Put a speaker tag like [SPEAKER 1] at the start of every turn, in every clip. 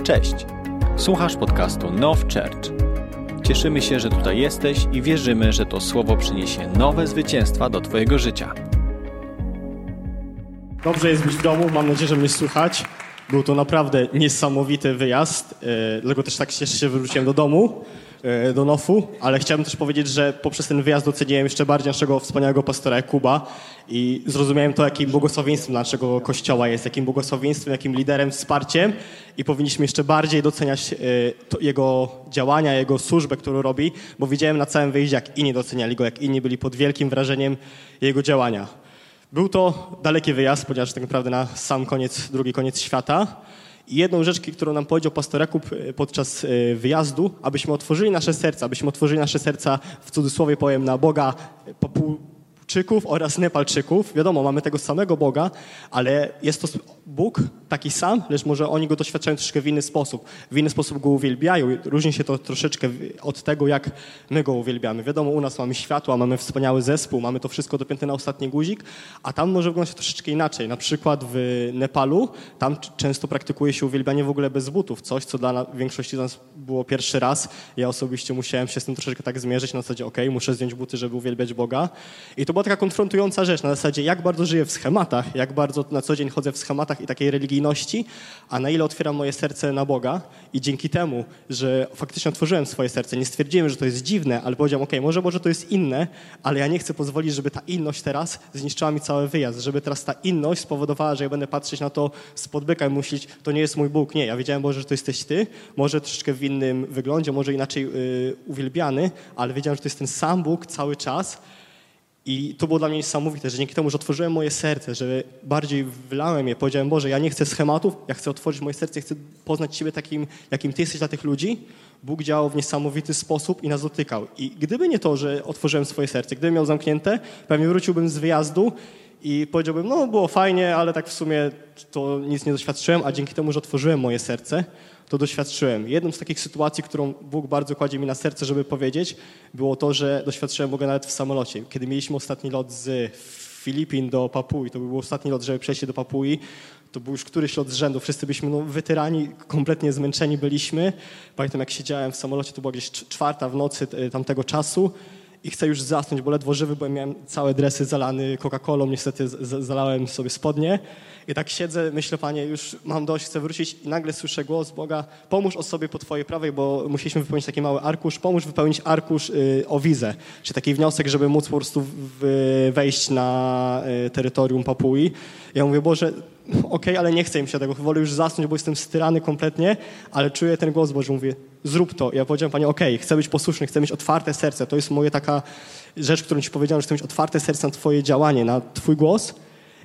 [SPEAKER 1] Cześć! Słuchasz podcastu Now Church. Cieszymy się, że tutaj jesteś i wierzymy, że to słowo przyniesie nowe zwycięstwa do Twojego życia.
[SPEAKER 2] Dobrze jest być w domu, mam nadzieję, że mnie słychać. Był to naprawdę niesamowity wyjazd, dlatego też tak się wróciłem do domu, do Nofu, ale chciałbym też powiedzieć, że poprzez ten wyjazd doceniłem jeszcze bardziej naszego wspaniałego pastora Jakuba i zrozumiałem to, jakim błogosławieństwem naszego Kościoła jest, jakim błogosławieństwem, jakim liderem, wsparciem i powinniśmy jeszcze bardziej doceniać jego działania, jego służbę, którą robi, bo widziałem na całym wyjeździe, jak inni doceniali go, jak inni byli pod wielkim wrażeniem jego działania. Był to daleki wyjazd, ponieważ tak naprawdę na sam koniec, drugi koniec świata. I jedną rzecz, którą nam powiedział pastor Jakub podczas wyjazdu, abyśmy otworzyli nasze serca, w cudzysłowie powiem, na Boga Papuczyków oraz Nepalczyków. Wiadomo, mamy tego samego Boga, ale jest to Bóg taki sam, lecz może oni go doświadczają troszkę w inny sposób. W inny sposób go uwielbiają. Różni się to troszeczkę od tego, jak my go uwielbiamy. Wiadomo, u nas mamy światła, mamy wspaniały zespół, mamy to wszystko dopięte na ostatni guzik, a tam może wyglądać troszeczkę inaczej. Na przykład w Nepalu, tam często praktykuje się uwielbianie w ogóle bez butów. Coś, co dla większości z nas było pierwszy raz. Ja osobiście musiałem się z tym troszeczkę tak zmierzyć, na zasadzie muszę zdjąć buty, żeby uwielbiać Boga. I to była taka konfrontująca rzecz, na zasadzie jak bardzo żyję w schematach, jak bardzo na co dzień chodzę w schematach i takiej religijności, a na ile otwieram moje serce na Boga i dzięki temu, że faktycznie otworzyłem swoje serce, nie stwierdziłem, że to jest dziwne, ale powiedziałem, może to jest inne, ale ja nie chcę pozwolić, żeby ta inność teraz zniszczyła mi cały wyjazd, żeby teraz ta inność spowodowała, że ja będę patrzeć na to spod byka i myśleć, to nie jest mój Bóg. Nie, ja wiedziałem, Boże, że to jesteś Ty, może troszeczkę w innym wyglądzie, może inaczej uwielbiany, ale wiedziałem, że to jest ten sam Bóg cały czas. I to było dla mnie niesamowite, że dzięki temu, że otworzyłem moje serce, że bardziej wylałem je, powiedziałem, Boże, ja nie chcę schematów, ja chcę otworzyć moje serce, chcę poznać Ciebie takim, jakim Ty jesteś dla tych ludzi. Bóg działał w niesamowity sposób i nas dotykał. I gdyby nie to, że otworzyłem swoje serce, gdybym miał zamknięte, pewnie wróciłbym z wyjazdu i powiedziałbym, było fajnie, ale tak w sumie to nic nie doświadczyłem, a dzięki temu, że otworzyłem moje serce, to doświadczyłem. Jedną z takich sytuacji, którą Bóg bardzo kładzie mi na serce, żeby powiedzieć, było to, że doświadczyłem Boga nawet w samolocie. Kiedy mieliśmy ostatni lot z Filipin do Papui, to był ostatni lot, żeby przejść do Papui, to był już któryś lot z rzędu. Wszyscy byliśmy wytyrani, kompletnie zmęczeni byliśmy. Pamiętam, jak siedziałem w samolocie, to była gdzieś 4:00 w nocy tamtego czasu i chcę już zasnąć, bo ledwo żywy, bo miałem całe dresy zalany Coca-Colą, niestety zalałem sobie spodnie. I tak siedzę, myślę, Panie, już mam dość, chcę wrócić i nagle słyszę głos Boga, pomóż osobie po Twojej prawej, bo musieliśmy wypełnić taki mały arkusz, pomóż wypełnić arkusz o wizę, czy taki wniosek, żeby móc po prostu wejść na terytorium Papui. Ja mówię, Boże, okej, ale nie chcę im się tego, wolę już zasnąć, bo jestem styrany kompletnie, ale czuję ten głos Boży, mówię, zrób to. Ja powiedziałem, Panie, chcę być posłuszny, chcę mieć otwarte serce, to jest moja taka rzecz, którą Ci powiedziałem, że chcę mieć otwarte serce na Twoje działanie, na Twój głos.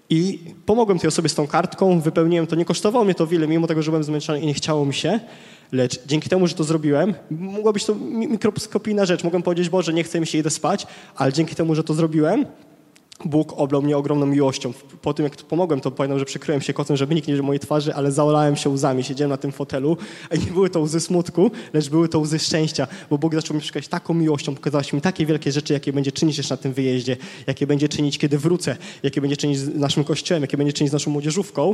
[SPEAKER 2] I pomogłem tej osobie z tą kartką, wypełniłem to, nie kosztowało mnie to wiele, mimo tego, że byłem zmęczony i nie chciało mi się, lecz dzięki temu, że to zrobiłem, mogła być to mikroskopijna rzecz, mogłem powiedzieć, Boże, nie chcę mi się, idę spać, ale dzięki temu, że to zrobiłem, Bóg oblał mnie ogromną miłością. Po tym, jak to pomogłem, to pamiętam, że przykryłem się kocem, żeby nikt nie widział mojej twarzy, ale zalałem się łzami. Siedziałem na tym fotelu i nie były to łzy smutku, lecz były to łzy szczęścia, bo Bóg zaczął mi przykrywać taką miłością, pokazałeś mi takie wielkie rzeczy, jakie będzie czynić jeszcze na tym wyjeździe, jakie będzie czynić, kiedy wrócę, jakie będzie czynić z naszym kościołem, jakie będzie czynić z naszą młodzieżówką.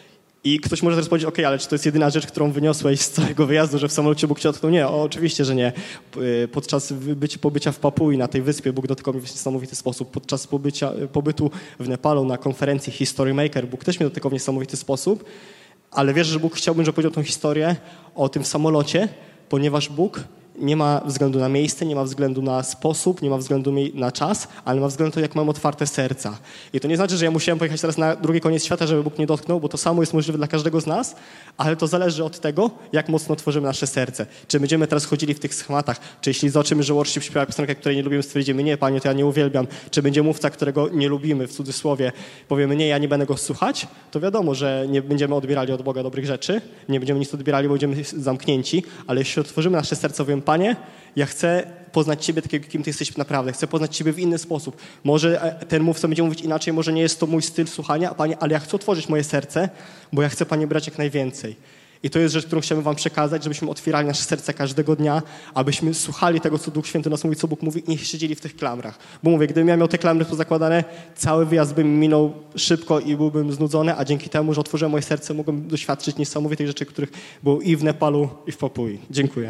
[SPEAKER 2] I ktoś może teraz powiedzieć, ale czy to jest jedyna rzecz, którą wyniosłeś z całego wyjazdu, że w samolocie Bóg cię dotknął? Nie, oczywiście, że nie. Podczas pobycia w Papui, na tej wyspie, Bóg dotknął mnie w niesamowity sposób. Podczas pobytu w Nepalu na konferencji History Maker, Bóg też mnie dotykał w niesamowity sposób. Ale wierzę, że Bóg chciałbym, żeby powiedział tą historię o tym samolocie, ponieważ Bóg nie ma względu na miejsce, nie ma względu na sposób, nie ma względu na czas, ale ma względu na to, jak mam otwarte serca. I to nie znaczy, że ja musiałem pojechać teraz na drugi koniec świata, żeby Bóg mnie dotknął, bo to samo jest możliwe dla każdego z nas, ale to zależy od tego, jak mocno otworzymy nasze serce. Czy będziemy teraz chodzili w tych schematach, czy jeśli zobaczymy, że worship śpiewa piosenkę, której nie lubimy, stwierdzimy, nie, Panie, to ja nie uwielbiam, czy będzie mówca, którego nie lubimy, w cudzysłowie, powiemy, nie, ja nie będę go słuchać, to wiadomo, że nie będziemy odbierali od Boga dobrych rzeczy, nie będziemy nic odbierali, bo będziemy zamknięci, ale jeśli otworzymy nasze serce, powiem, Panie, ja chcę poznać Ciebie takiego, kim Ty jesteś naprawdę. Chcę poznać Ciebie w inny sposób. Może ten mówca będzie mówić inaczej, może nie jest to mój styl słuchania, Panie, ale ja chcę otworzyć moje serce, bo ja chcę, Panie, brać jak najwięcej. I to jest rzecz, którą chcemy wam przekazać, żebyśmy otwierali nasze serce każdego dnia, abyśmy słuchali tego, co Duch Święty nas mówi, co Bóg mówi i nie siedzieli w tych klamrach. Bo mówię, gdybym ja miał te klamry pozakładane, cały wyjazd by mi minął szybko i byłbym znudzony, a dzięki temu, że otworzyłem moje serce, mogłem doświadczyć niesamowitych rzeczy, których było i w Nepalu, i w Papui. Dziękuję.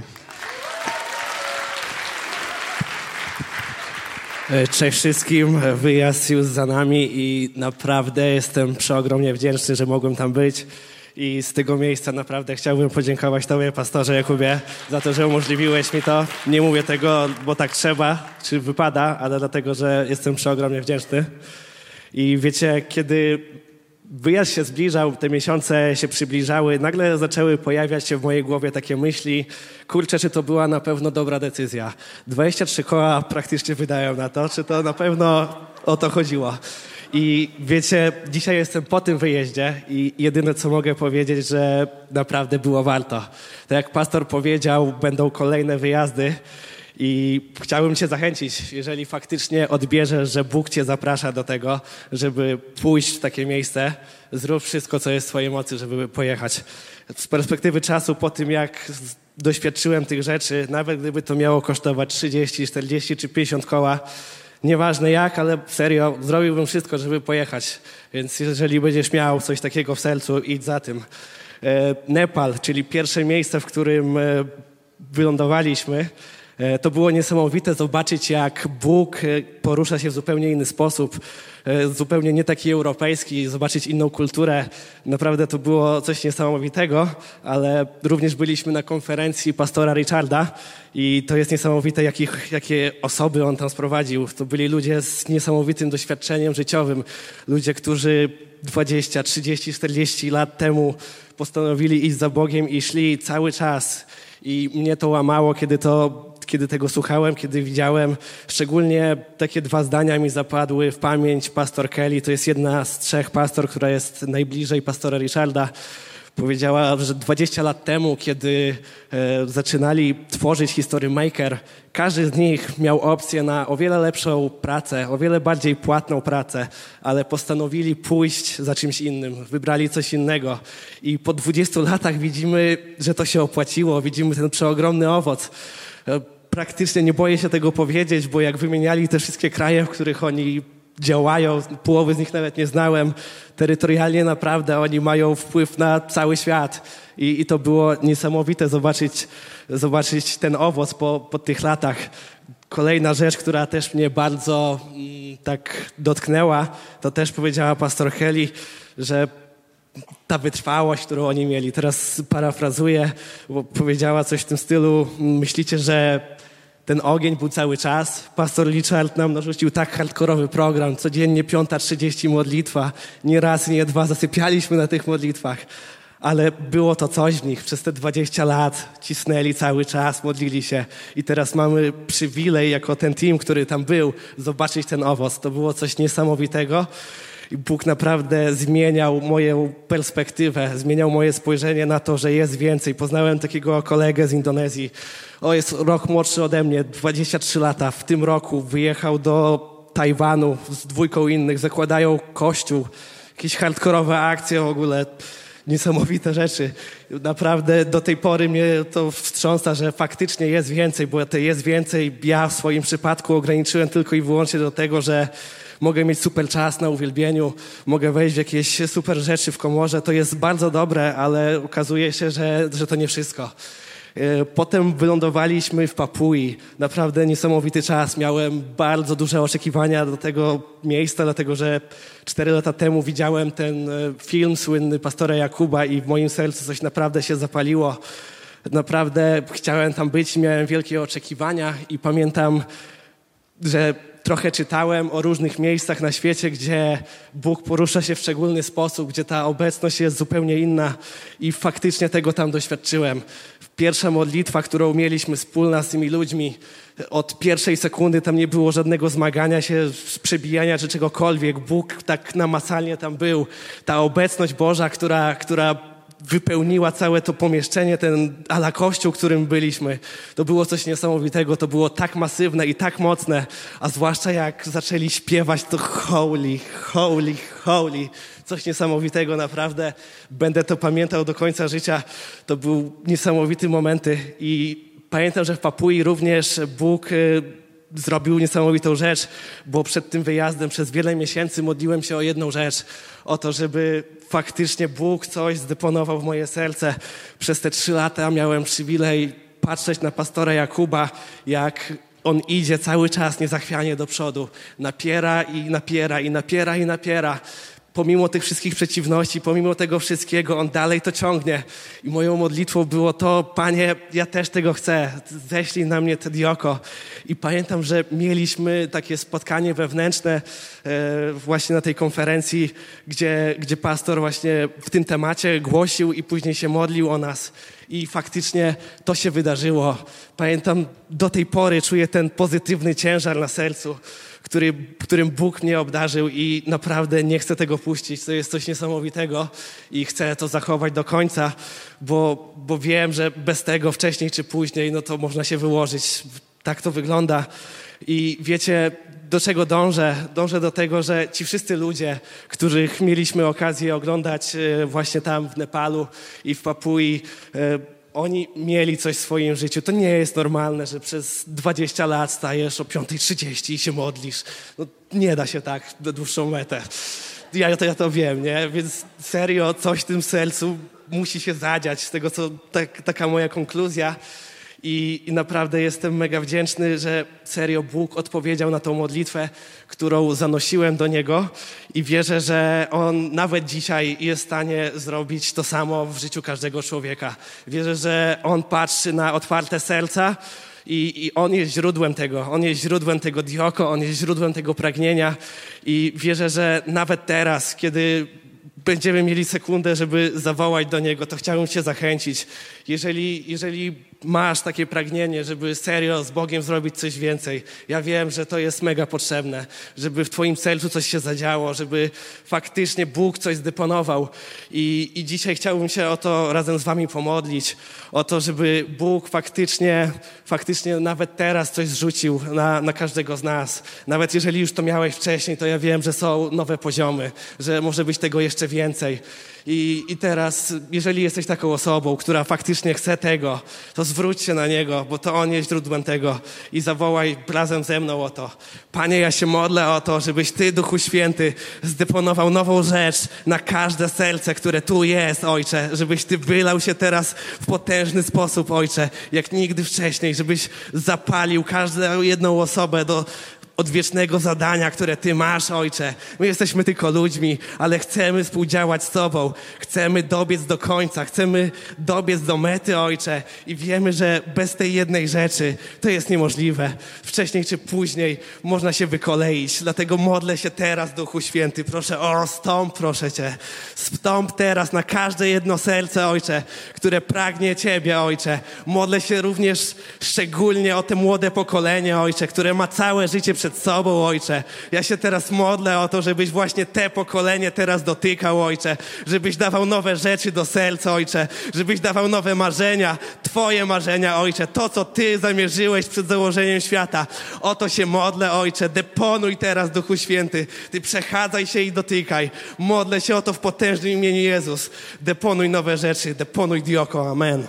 [SPEAKER 3] Cześć wszystkim, wyjazd już za nami i naprawdę jestem przeogromnie wdzięczny, że mogłem tam być i z tego miejsca naprawdę chciałbym podziękować Tobie, pastorze Jakubie, za to, że umożliwiłeś mi to. Nie mówię tego, bo tak trzeba, czy wypada, ale dlatego, że jestem przeogromnie wdzięczny. I wiecie, kiedy wyjazd się zbliżał, te miesiące się przybliżały, nagle zaczęły pojawiać się w mojej głowie takie myśli, kurczę, czy to była na pewno dobra decyzja. 23 koła praktycznie wydają na to, czy to na pewno o to chodziło. I wiecie, dzisiaj jestem po tym wyjeździe i jedyne, co mogę powiedzieć, że naprawdę było warto. Tak jak pastor powiedział, będą kolejne wyjazdy. I chciałbym Cię zachęcić, jeżeli faktycznie odbierzesz, że Bóg Cię zaprasza do tego, żeby pójść w takie miejsce, zrób wszystko, co jest w Twojej mocy, żeby pojechać. Z perspektywy czasu, po tym jak doświadczyłem tych rzeczy, nawet gdyby to miało kosztować 30, 40 czy 50 koła, nieważne jak, ale serio, zrobiłbym wszystko, żeby pojechać. Więc jeżeli będziesz miał coś takiego w sercu, idź za tym. Nepal, czyli pierwsze miejsce, w którym wylądowaliśmy, to było niesamowite zobaczyć, jak Bóg porusza się w zupełnie inny sposób, zupełnie nie taki europejski, zobaczyć inną kulturę. Naprawdę to było coś niesamowitego, ale również byliśmy na konferencji pastora Richarda i to jest niesamowite, jakie osoby on tam sprowadził. To byli ludzie z niesamowitym doświadczeniem życiowym, ludzie, którzy 20, 30, 40 lat temu postanowili iść za Bogiem i szli cały czas. I mnie to łamało, kiedy tego słuchałem, kiedy widziałem. Szczególnie takie 2 zdania mi zapadły w pamięć. Pastor Kelly, to jest jedna z 3 pastor, która jest najbliżej pastora Richarda. Powiedziała, że 20 lat temu, kiedy zaczynali tworzyć History Maker, każdy z nich miał opcję na o wiele lepszą pracę, o wiele bardziej płatną pracę, ale postanowili pójść za czymś innym, wybrali coś innego. I po 20 latach widzimy, że to się opłaciło, widzimy ten przeogromny owoc. Praktycznie nie boję się tego powiedzieć, bo jak wymieniali te wszystkie kraje, w których oni działają, połowy z nich nawet nie znałem, terytorialnie naprawdę oni mają wpływ na cały świat i to było niesamowite zobaczyć ten owoc po tych latach. Kolejna rzecz, która też mnie bardzo tak dotknęła, to też powiedziała pastor Heli, że ta wytrwałość, którą oni mieli, teraz parafrazuję, bo powiedziała coś w tym stylu, myślicie, że ten ogień był cały czas. Pastor Richard nam narzucił tak hardkorowy program, codziennie 5:30 modlitwa. Nie raz, nie dwa zasypialiśmy na tych modlitwach. Ale było to coś w nich. Przez te 20 lat cisnęli cały czas, modlili się. I teraz mamy przywilej, jako ten team, który tam był, zobaczyć ten owoc. To było coś niesamowitego. I Bóg naprawdę zmieniał moją perspektywę, zmieniał moje spojrzenie na to, że jest więcej. Poznałem takiego kolegę z Indonezji. Jest rok młodszy ode mnie, 23 lata. W tym roku wyjechał do Tajwanu z 2 innych. Zakładają kościół, jakieś hardkorowe akcje w ogóle. Niesamowite rzeczy. Naprawdę do tej pory mnie to wstrząsa, że faktycznie jest więcej, bo to jest więcej. Ja w swoim przypadku ograniczyłem tylko i wyłącznie do tego, że mogę mieć super czas na uwielbieniu, mogę wejść w jakieś super rzeczy w komorze. To jest bardzo dobre, ale okazuje się, że to nie wszystko. Potem wylądowaliśmy w Papui. Naprawdę niesamowity czas. Miałem bardzo duże oczekiwania do tego miejsca, dlatego że 4 lata temu widziałem ten film słynny pastora Jakuba i w moim sercu coś naprawdę się zapaliło. Naprawdę chciałem tam być, miałem wielkie oczekiwania i pamiętam, że trochę czytałem o różnych miejscach na świecie, gdzie Bóg porusza się w szczególny sposób, gdzie ta obecność jest zupełnie inna i faktycznie tego tam doświadczyłem. Pierwsza modlitwa, którą mieliśmy wspólna z tymi ludźmi, od pierwszej sekundy tam nie było żadnego zmagania się, przebijania czy czegokolwiek. Bóg tak namacalnie tam był. Ta obecność Boża, która wypełniła całe to pomieszczenie, ten ala kościół, którym byliśmy. To było coś niesamowitego, to było tak masywne i tak mocne, a zwłaszcza jak zaczęli śpiewać to holy, holy, holy, coś niesamowitego, naprawdę. Będę to pamiętał do końca życia. To był niesamowity momenty i pamiętam, że w Papui również Bóg zrobił niesamowitą rzecz, bo przed tym wyjazdem przez wiele miesięcy modliłem się o jedną rzecz, o to, żeby faktycznie Bóg coś zdeponował w moje serce. Przez te 3 lata miałem przywilej patrzeć na pastora Jakuba, jak on idzie cały czas niezachwianie do przodu. Napiera i napiera i napiera i napiera. Pomimo tych wszystkich przeciwności, pomimo tego wszystkiego, on dalej to ciągnie. I moją modlitwą było to, Panie, ja też tego chcę, ześlij na mnie te dioko. I pamiętam, że mieliśmy takie spotkanie wewnętrzne właśnie na tej konferencji, gdzie pastor właśnie w tym temacie głosił i później się modlił o nas. I faktycznie to się wydarzyło. Pamiętam, do tej pory czuję ten pozytywny ciężar na sercu, którym Bóg mnie obdarzył i naprawdę nie chcę tego puścić. To jest coś niesamowitego i chcę to zachować do końca, bo wiem, że bez tego wcześniej czy później, no to można się wyłożyć. Tak to wygląda. I wiecie, do czego dążę? Dążę do tego, że ci wszyscy ludzie, których mieliśmy okazję oglądać właśnie tam w Nepalu i w Papui, oni mieli coś w swoim życiu. To nie jest normalne, że przez 20 lat stajesz o 5:30 i się modlisz. No, nie da się tak na dłuższą metę. Ja to wiem, nie? Więc serio, coś w tym sercu musi się zadziać. Z tego, co taka moja konkluzja. I naprawdę jestem mega wdzięczny, że serio Bóg odpowiedział na tą modlitwę, którą zanosiłem do Niego i wierzę, że On nawet dzisiaj jest w stanie zrobić to samo w życiu każdego człowieka. Wierzę, że On patrzy na otwarte serca i On jest źródłem tego. On jest źródłem tego dioko, On jest źródłem tego pragnienia i wierzę, że nawet teraz, kiedy będziemy mieli sekundę, żeby zawołać do Niego, to chciałbym Cię zachęcić. Jeżeli masz takie pragnienie, żeby serio z Bogiem zrobić coś więcej, ja wiem, że to jest mega potrzebne, żeby w Twoim sercu coś się zadziało, żeby faktycznie Bóg coś zdeponował. I dzisiaj chciałbym się o to razem z Wami pomodlić, o to, żeby Bóg faktycznie nawet teraz coś zrzucił na każdego z nas. Nawet jeżeli już to miałeś wcześniej, to ja wiem, że są nowe poziomy, że może być tego jeszcze więcej. I teraz, jeżeli jesteś taką osobą, która faktycznie chce tego, to zwróć się na Niego, bo to On jest źródłem tego i zawołaj razem ze mną o to. Panie, ja się modlę o to, żebyś Ty, Duchu Święty, zdeponował nową rzecz na każde serce, które tu jest, Ojcze. Żebyś Ty wylał się teraz w potężny sposób, Ojcze, jak nigdy wcześniej. Żebyś zapalił każdą jedną osobę do odwiecznego zadania, które Ty masz, Ojcze. My jesteśmy tylko ludźmi, ale chcemy współdziałać z Tobą. Chcemy dobiec do końca, chcemy dobiec do mety, Ojcze. I wiemy, że bez tej jednej rzeczy to jest niemożliwe. Wcześniej czy później można się wykoleić. Dlatego modlę się teraz, Duchu Święty. Proszę, stąp, proszę Cię. Stąp teraz na każde jedno serce, Ojcze, które pragnie Ciebie, Ojcze. Modlę się również szczególnie o te młode pokolenie, Ojcze, które ma całe życie przed sobą, Ojcze. Ja się teraz modlę o to, żebyś właśnie te pokolenie teraz dotykał, Ojcze. Żebyś dawał nowe rzeczy do serca, Ojcze. Żebyś dawał nowe marzenia, Twoje marzenia, Ojcze. To, co Ty zamierzyłeś przed założeniem świata. O to się modlę, Ojcze. Deponuj teraz, Duchu Święty. Ty przechadzaj się i dotykaj. Modlę się o to w potężnym imieniu Jezus. Deponuj nowe rzeczy. Deponuj dioko. Amen.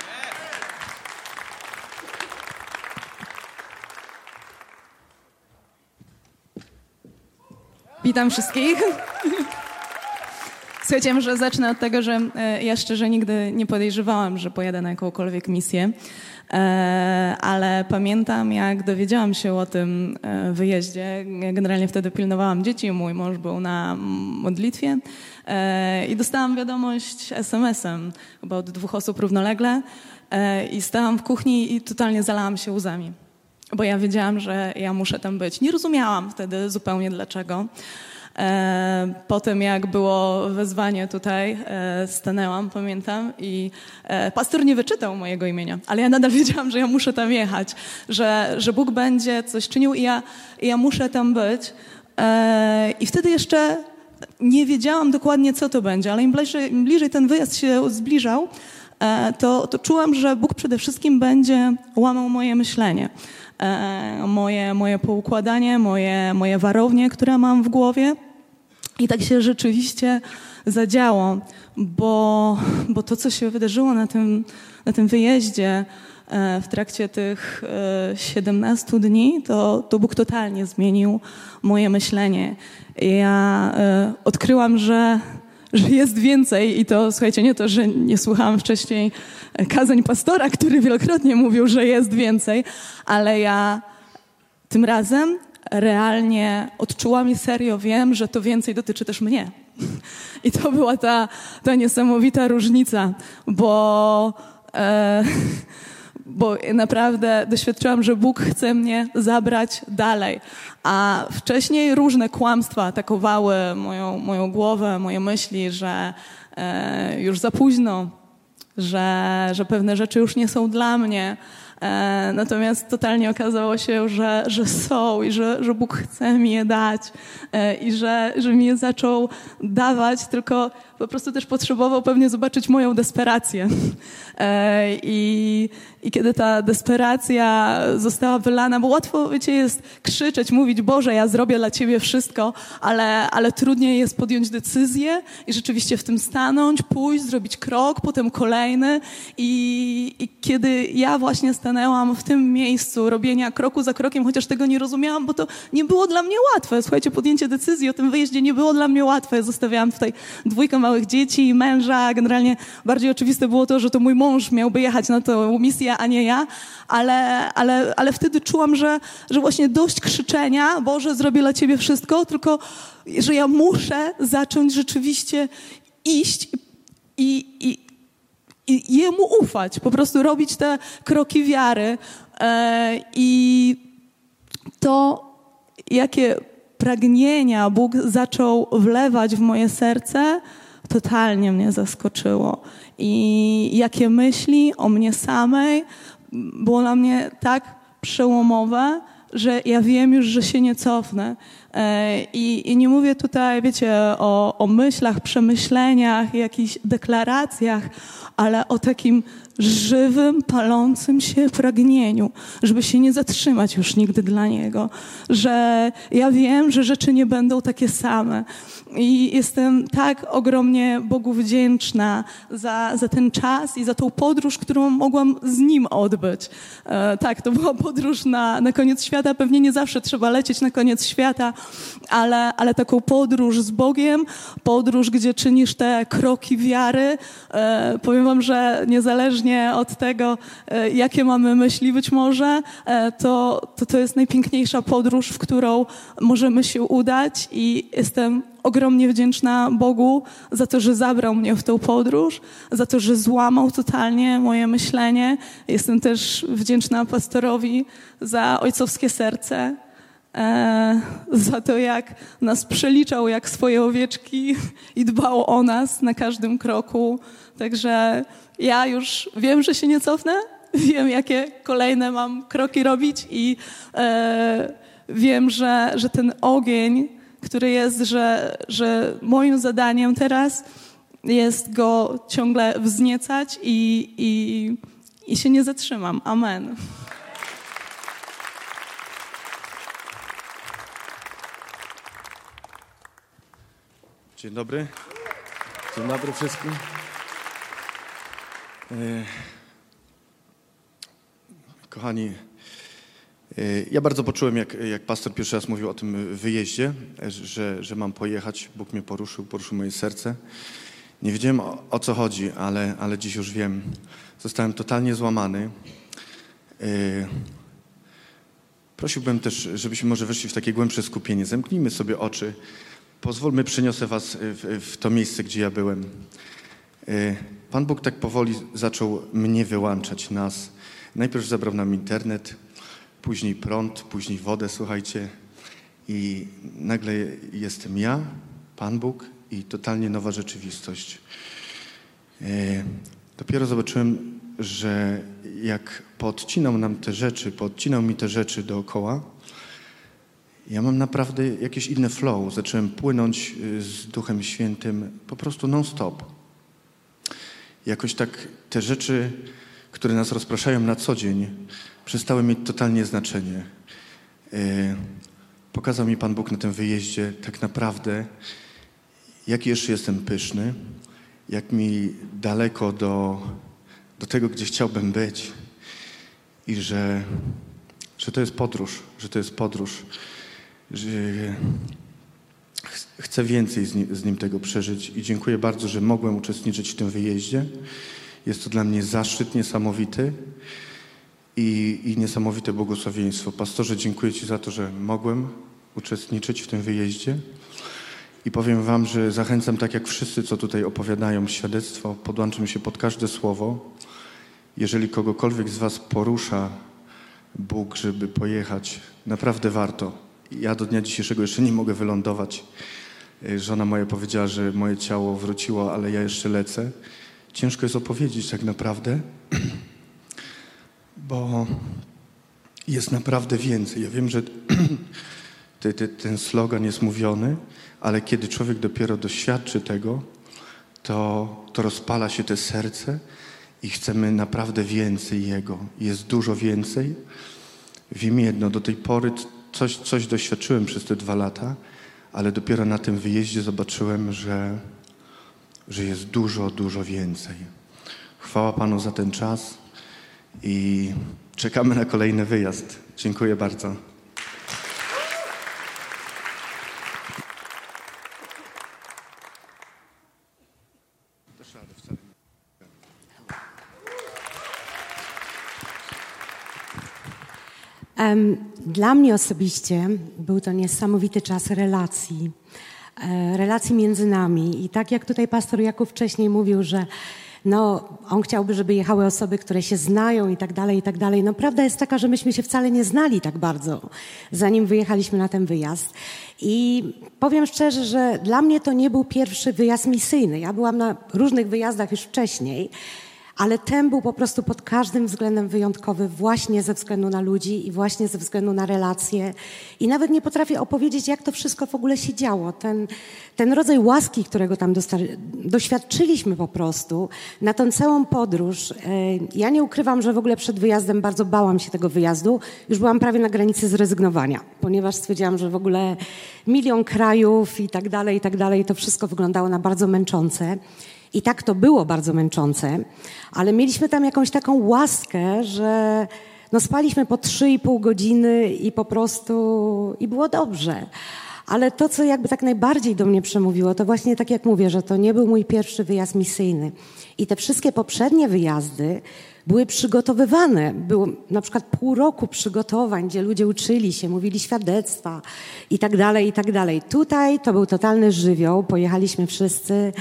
[SPEAKER 4] Witam wszystkich. Słuchajcie, może zacznę od tego, że ja szczerze nigdy nie podejrzewałam, że pojadę na jakąkolwiek misję, ale pamiętam, jak dowiedziałam się o tym wyjeździe. Ja generalnie wtedy pilnowałam dzieci, mój mąż był na modlitwie i dostałam wiadomość SMS-em, chyba od 2 osób równolegle i stałam w kuchni i totalnie zalałam się łzami. Bo ja wiedziałam, że ja muszę tam być. Nie rozumiałam wtedy zupełnie dlaczego. Po tym, jak było wezwanie tutaj, stanęłam, pamiętam, i pastor nie wyczytał mojego imienia, ale ja nadal wiedziałam, że ja muszę tam jechać, że Bóg będzie coś czynił i ja muszę tam być. I wtedy jeszcze nie wiedziałam dokładnie, co to będzie, ale im bliżej ten wyjazd się zbliżał, to czułam, że Bóg przede wszystkim będzie łamał moje myślenie. Moje poukładanie, moje warownie, które mam w głowie. I tak się rzeczywiście zadziało, bo to, co się wydarzyło na tym wyjeździe w trakcie tych 17 dni, to Bóg totalnie zmienił moje myślenie. Ja odkryłam, że jest więcej i to, słuchajcie, nie to, że nie słuchałam wcześniej kazań pastora, który wielokrotnie mówił, że jest więcej, ale ja tym razem realnie odczułam i serio wiem, że to więcej dotyczy też mnie. I to była ta niesamowita różnica, bo naprawdę doświadczyłam, że Bóg chce mnie zabrać dalej. A wcześniej różne kłamstwa atakowały moją głowę, moje myśli, że już za późno, że pewne rzeczy już nie są dla mnie. Natomiast totalnie okazało się, że są i że Bóg chce mi je dać i że mi je zaczął dawać, tylko po prostu też potrzebował pewnie zobaczyć moją desperację. I kiedy ta desperacja została wylana, bo łatwo, wiecie, jest krzyczeć, mówić: Boże, ja zrobię dla Ciebie wszystko, ale trudniej jest podjąć decyzję i rzeczywiście w tym stanąć, pójść, zrobić krok, potem kolejny. I kiedy ja właśnie stanęłam w tym miejscu robienia kroku za krokiem, chociaż tego nie rozumiałam, bo to nie było dla mnie łatwe. Słuchajcie, podjęcie decyzji o tym wyjeździe nie było dla mnie łatwe. Ja zostawiałam tutaj 2 małych dzieci i męża. Generalnie bardziej oczywiste było to, że to mój mąż miałby jechać na tę misję, a nie ja. Ale wtedy czułam, że właśnie dość krzyczenia: Boże, zrobię dla Ciebie wszystko, tylko że ja muszę zacząć rzeczywiście iść i Jemu ufać, po prostu robić te kroki wiary. I to, jakie pragnienia Bóg zaczął wlewać w moje serce, totalnie mnie zaskoczyło. I jakie myśli o mnie samej było dla mnie tak przełomowe, że ja wiem już, że się nie cofnę. I nie mówię tutaj, wiecie, o myślach, przemyśleniach, jakichś deklaracjach, ale o takim żywym, palącym się pragnieniu, żeby się nie zatrzymać już nigdy dla Niego. Że ja wiem, że rzeczy nie będą takie same. I jestem tak ogromnie Bogu wdzięczna za ten czas i za tą podróż, którą mogłam z Nim odbyć. Tak, to była podróż na koniec świata. Pewnie nie zawsze trzeba lecieć na koniec świata, ale taką podróż z Bogiem, podróż, gdzie czynisz te kroki wiary. Powiem wam, że niezależnie od tego, jakie mamy myśli być może, to jest najpiękniejsza podróż, w którą możemy się udać i jestem ogromnie wdzięczna Bogu za to, że zabrał mnie w tę podróż, za to, że złamał totalnie moje myślenie. Jestem też wdzięczna pastorowi za ojcowskie serce, za to, jak nas przeliczał jak swoje owieczki i dbał o nas na każdym kroku. Także ja już wiem, że się nie cofnę, wiem, jakie kolejne mam kroki robić i wiem, że ten ogień, który jest, że moim zadaniem teraz jest go ciągle wzniecać i się nie zatrzymam. Amen.
[SPEAKER 5] Dzień dobry. Dzień dobry wszystkim. Kochani, ja bardzo poczułem, jak pastor pierwszy raz mówił o tym wyjeździe, że mam pojechać. Bóg mnie poruszył moje serce. Nie wiedziałem, o co chodzi, ale dziś już wiem. Zostałem totalnie złamany. Prosiłbym też, żebyśmy może weszli w takie głębsze skupienie. Zamknijmy sobie oczy. Pozwólmy, przyniosę was w to miejsce, gdzie ja byłem. Pan Bóg tak powoli zaczął mnie wyłączać, nas. Najpierw zabrał nam internet, później prąd, później wodę, słuchajcie. I nagle jestem ja, Pan Bóg i totalnie nowa rzeczywistość. Dopiero zobaczyłem, że jak poodcinał mi te rzeczy dookoła, ja mam naprawdę jakieś inne flow. Zacząłem płynąć z Duchem Świętym po prostu non-stop. Jakoś tak te rzeczy, które nas rozpraszają na co dzień, przestały mieć totalnie znaczenie. Pokazał mi Pan Bóg na tym wyjeździe tak naprawdę, jak jeszcze jestem pyszny, jak mi daleko do tego, gdzie chciałbym być i że to jest podróż, że chcę więcej z nim tego przeżyć i dziękuję bardzo, że mogłem uczestniczyć w tym wyjeździe. Jest to dla mnie zaszczyt niesamowity i niesamowite błogosławieństwo. Pastorze, dziękuję Ci za to, że mogłem uczestniczyć w tym wyjeździe i powiem Wam, że zachęcam, tak jak wszyscy, co tutaj opowiadają świadectwo, podłączam się pod każde słowo. Jeżeli kogokolwiek z Was porusza Bóg, żeby pojechać, naprawdę warto. Ja do dnia dzisiejszego jeszcze nie mogę wylądować. Żona moja powiedziała, że moje ciało wróciło, ale ja jeszcze lecę. Ciężko jest opowiedzieć tak naprawdę, bo jest naprawdę więcej. Ja wiem, że ten slogan jest mówiony, ale kiedy człowiek dopiero doświadczy tego, to rozpala się te serce i chcemy naprawdę więcej Jego. Jest dużo więcej. Wiem jedno, do tej pory coś doświadczyłem przez te 2 lata, ale dopiero na tym wyjeździe zobaczyłem, że jest dużo więcej. Chwała Panu za ten czas i czekamy na kolejny wyjazd. Dziękuję bardzo.
[SPEAKER 6] Dla mnie osobiście był to niesamowity czas relacji między nami. I tak jak tutaj pastor Jakub wcześniej mówił, że on chciałby, żeby jechały osoby, które się znają i tak dalej, i tak dalej. No prawda jest taka, że myśmy się wcale nie znali tak bardzo, zanim wyjechaliśmy na ten wyjazd. I powiem szczerze, że dla mnie to nie był pierwszy wyjazd misyjny. Ja byłam na różnych wyjazdach już wcześniej, ale ten był po prostu pod każdym względem wyjątkowy właśnie ze względu na ludzi i właśnie ze względu na relacje. I nawet nie potrafię opowiedzieć, jak to wszystko w ogóle się działo. Ten rodzaj łaski, którego tam doświadczyliśmy po prostu na tą całą podróż. Ja nie ukrywam, że w ogóle przed wyjazdem bardzo bałam się tego wyjazdu. Już byłam prawie na granicy zrezygnowania, ponieważ stwierdziłam, że w ogóle 1 milion krajów i tak dalej, to wszystko wyglądało na bardzo męczące. I tak to było bardzo męczące, ale mieliśmy tam jakąś taką łaskę, że spaliśmy po 3,5 godziny i po prostu i było dobrze. Ale to, co jakby tak najbardziej do mnie przemówiło, to właśnie tak jak mówię, że to nie był mój pierwszy wyjazd misyjny. I te wszystkie poprzednie wyjazdy były przygotowywane. Było na przykład pół roku przygotowań, gdzie ludzie uczyli się, mówili świadectwa i tak dalej, i tak dalej. Tutaj to był totalny żywioł. Pojechaliśmy wszyscy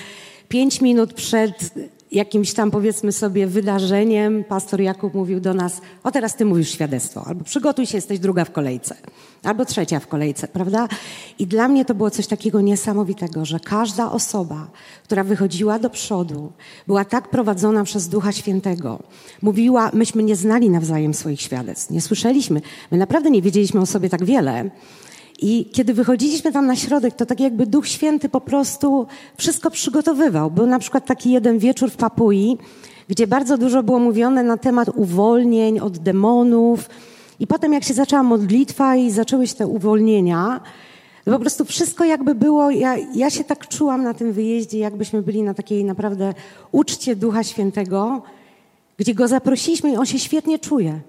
[SPEAKER 6] 5 minut przed jakimś tam, powiedzmy sobie, wydarzeniem. Pastor Jakub mówił do nas: o, teraz ty mówisz świadectwo. Albo przygotuj się, jesteś 2 w kolejce. Albo 3 w kolejce, prawda? I dla mnie to było coś takiego niesamowitego, że każda osoba, która wychodziła do przodu, była tak prowadzona przez Ducha Świętego. Mówiła, myśmy nie znali nawzajem swoich świadectw. Nie słyszeliśmy. My naprawdę nie wiedzieliśmy o sobie tak wiele. I kiedy wychodziliśmy tam na środek, to tak jakby Duch Święty po prostu wszystko przygotowywał. Był na przykład taki jeden wieczór w Papui, gdzie bardzo dużo było mówione na temat uwolnień od demonów. I potem jak się zaczęła modlitwa i zaczęły się te uwolnienia, to po prostu wszystko jakby było, ja się tak czułam na tym wyjeździe, jakbyśmy byli na takiej naprawdę uczcie Ducha Świętego, gdzie Go zaprosiliśmy i On się świetnie czuje.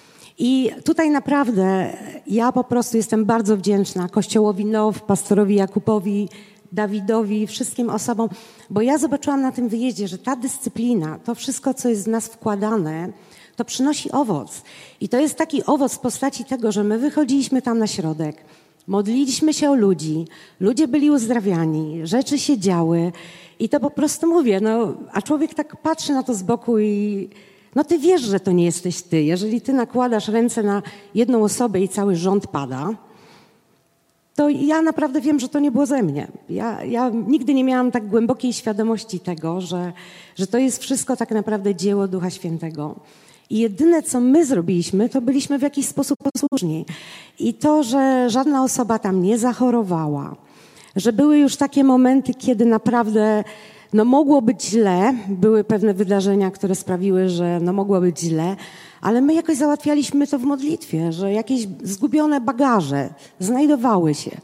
[SPEAKER 6] I tutaj naprawdę ja po prostu jestem bardzo wdzięczna Kościołowi Now, pastorowi Jakubowi, Dawidowi, wszystkim osobom, bo ja zobaczyłam na tym wyjeździe, że ta dyscyplina, to wszystko, co jest w nas wkładane, to przynosi owoc. I to jest taki owoc w postaci tego, że my wychodziliśmy tam na środek, modliliśmy się o ludzi, ludzie byli uzdrawiani, rzeczy się działy i to po prostu mówię, a człowiek tak patrzy na to z boku i ty wiesz, że to nie jesteś ty. Jeżeli ty nakładasz ręce na jedną osobę i cały rząd pada, to ja naprawdę wiem, że to nie było ze mnie. Ja nigdy nie miałam tak głębokiej świadomości tego, że to jest wszystko tak naprawdę dzieło Ducha Świętego. I jedyne, co my zrobiliśmy, to byliśmy w jakiś sposób posłuszni. I to, że żadna osoba tam nie zachorowała, że były już takie momenty, kiedy naprawdę mogło być źle, były pewne wydarzenia, które sprawiły, że mogło być źle, ale my jakoś załatwialiśmy to w modlitwie, że jakieś zgubione bagaże znajdowały się.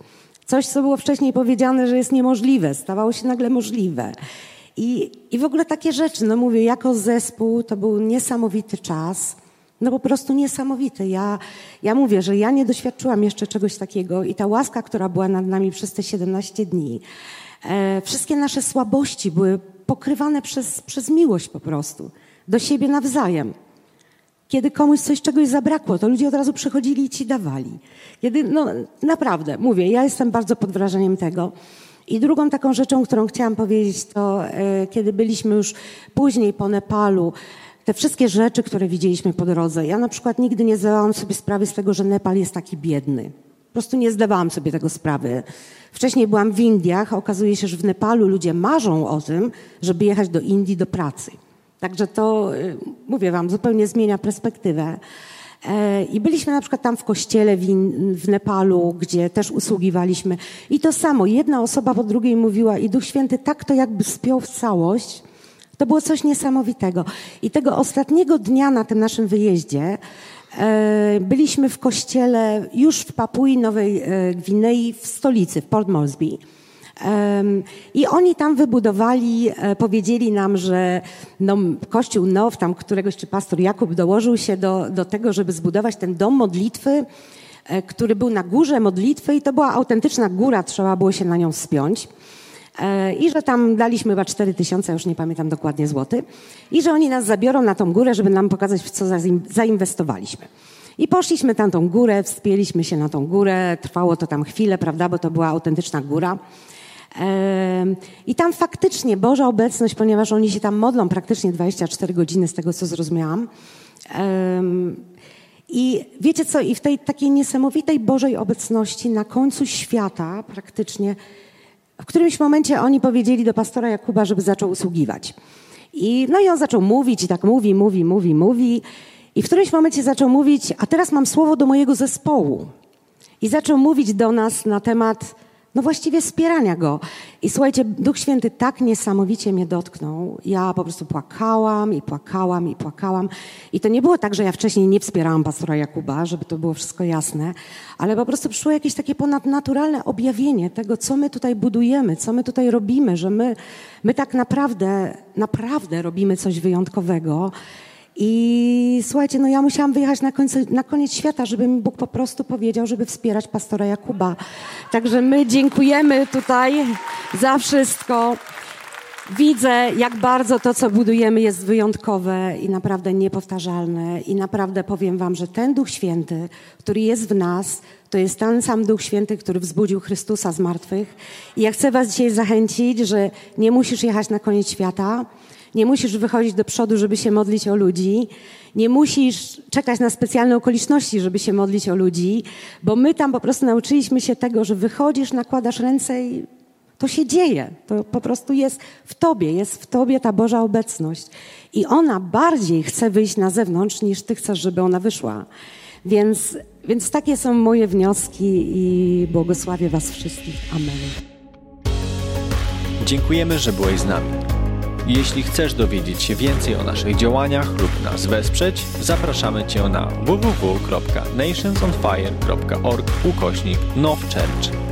[SPEAKER 6] Coś, co było wcześniej powiedziane, że jest niemożliwe, stawało się nagle możliwe. I w ogóle takie rzeczy, no mówię, jako zespół to był niesamowity czas, no po prostu niesamowity. Ja mówię, że ja nie doświadczyłam jeszcze czegoś takiego i ta łaska, która była nad nami przez te 17 dni, wszystkie nasze słabości były pokrywane przez miłość po prostu, do siebie nawzajem. Kiedy komuś czegoś zabrakło, to ludzie od razu przychodzili i ci dawali. No naprawdę, mówię, ja jestem bardzo pod wrażeniem tego. I drugą taką rzeczą, którą chciałam powiedzieć, to kiedy byliśmy już później po Nepalu, te wszystkie rzeczy, które widzieliśmy po drodze. Ja na przykład nigdy nie zdawałam sobie sprawy z tego, że Nepal jest taki biedny. Po prostu nie zdawałam sobie tego sprawy. Wcześniej byłam w Indiach, a okazuje się, że w Nepalu ludzie marzą o tym, żeby jechać do Indii do pracy. Także to, mówię wam, zupełnie zmienia perspektywę. I byliśmy na przykład tam w kościele w Nepalu, gdzie też usługiwaliśmy. I to samo, jedna osoba po drugiej mówiła i Duch Święty tak to jakby spiął w całość. To było coś niesamowitego. I tego ostatniego dnia na tym naszym wyjeździe byliśmy w kościele już w Papui Nowej Gwinei, w stolicy, w Port Moresby. I oni tam wybudowali, powiedzieli nam, że kościół Now, tam któregoś czy pastor Jakub dołożył się do tego, żeby zbudować ten dom modlitwy, który był na górze modlitwy i to była autentyczna góra, trzeba było się na nią wspiąć. I że tam daliśmy chyba 4000, już nie pamiętam dokładnie, złotych. I że oni nas zabiorą na tą górę, żeby nam pokazać, w co zainwestowaliśmy. I poszliśmy tam tą górę, wspięliśmy się na tą górę, trwało to tam chwilę, prawda, bo to była autentyczna góra. I tam faktycznie Boża obecność, ponieważ oni się tam modlą praktycznie 24 godziny, z tego co zrozumiałam. I wiecie co, i w tej takiej niesamowitej Bożej obecności na końcu świata praktycznie, w którymś momencie oni powiedzieli do pastora Jakuba, żeby zaczął usługiwać. I on zaczął mówić i tak mówi. I w którymś momencie zaczął mówić, a teraz mam słowo do mojego zespołu. I zaczął mówić do nas na temat, właściwie wspierania go. I słuchajcie, Duch Święty tak niesamowicie mnie dotknął. Ja po prostu płakałam. I to nie było tak, że ja wcześniej nie wspierałam pastora Jakuba, żeby to było wszystko jasne, ale po prostu przyszło jakieś takie ponadnaturalne objawienie tego, co my tutaj budujemy, co my tutaj robimy, że my tak naprawdę robimy coś wyjątkowego. I słuchajcie, ja musiałam wyjechać na koniec świata, żeby mi Bóg po prostu powiedział, żeby wspierać pastora Jakuba. Także my dziękujemy tutaj za wszystko. Widzę, jak bardzo to, co budujemy, jest wyjątkowe i naprawdę niepowtarzalne. I naprawdę powiem wam, że ten Duch Święty, który jest w nas, to jest ten sam Duch Święty, który wzbudził Chrystusa z martwych. I ja chcę was dzisiaj zachęcić, że nie musisz jechać na koniec świata. Nie musisz wychodzić do przodu, żeby się modlić o ludzi. Nie musisz czekać na specjalne okoliczności, żeby się modlić o ludzi, bo my tam po prostu nauczyliśmy się tego, że wychodzisz, nakładasz ręce i to się dzieje. To po prostu jest w tobie ta Boża obecność. I ona bardziej chce wyjść na zewnątrz, niż ty chcesz, żeby ona wyszła. Więc takie są moje wnioski i błogosławię was wszystkich. Amen.
[SPEAKER 1] Dziękujemy, że byłeś z nami. Jeśli chcesz dowiedzieć się więcej o naszych działaniach lub nas wesprzeć, zapraszamy Cię na www.nationsonfire.org/Now Church.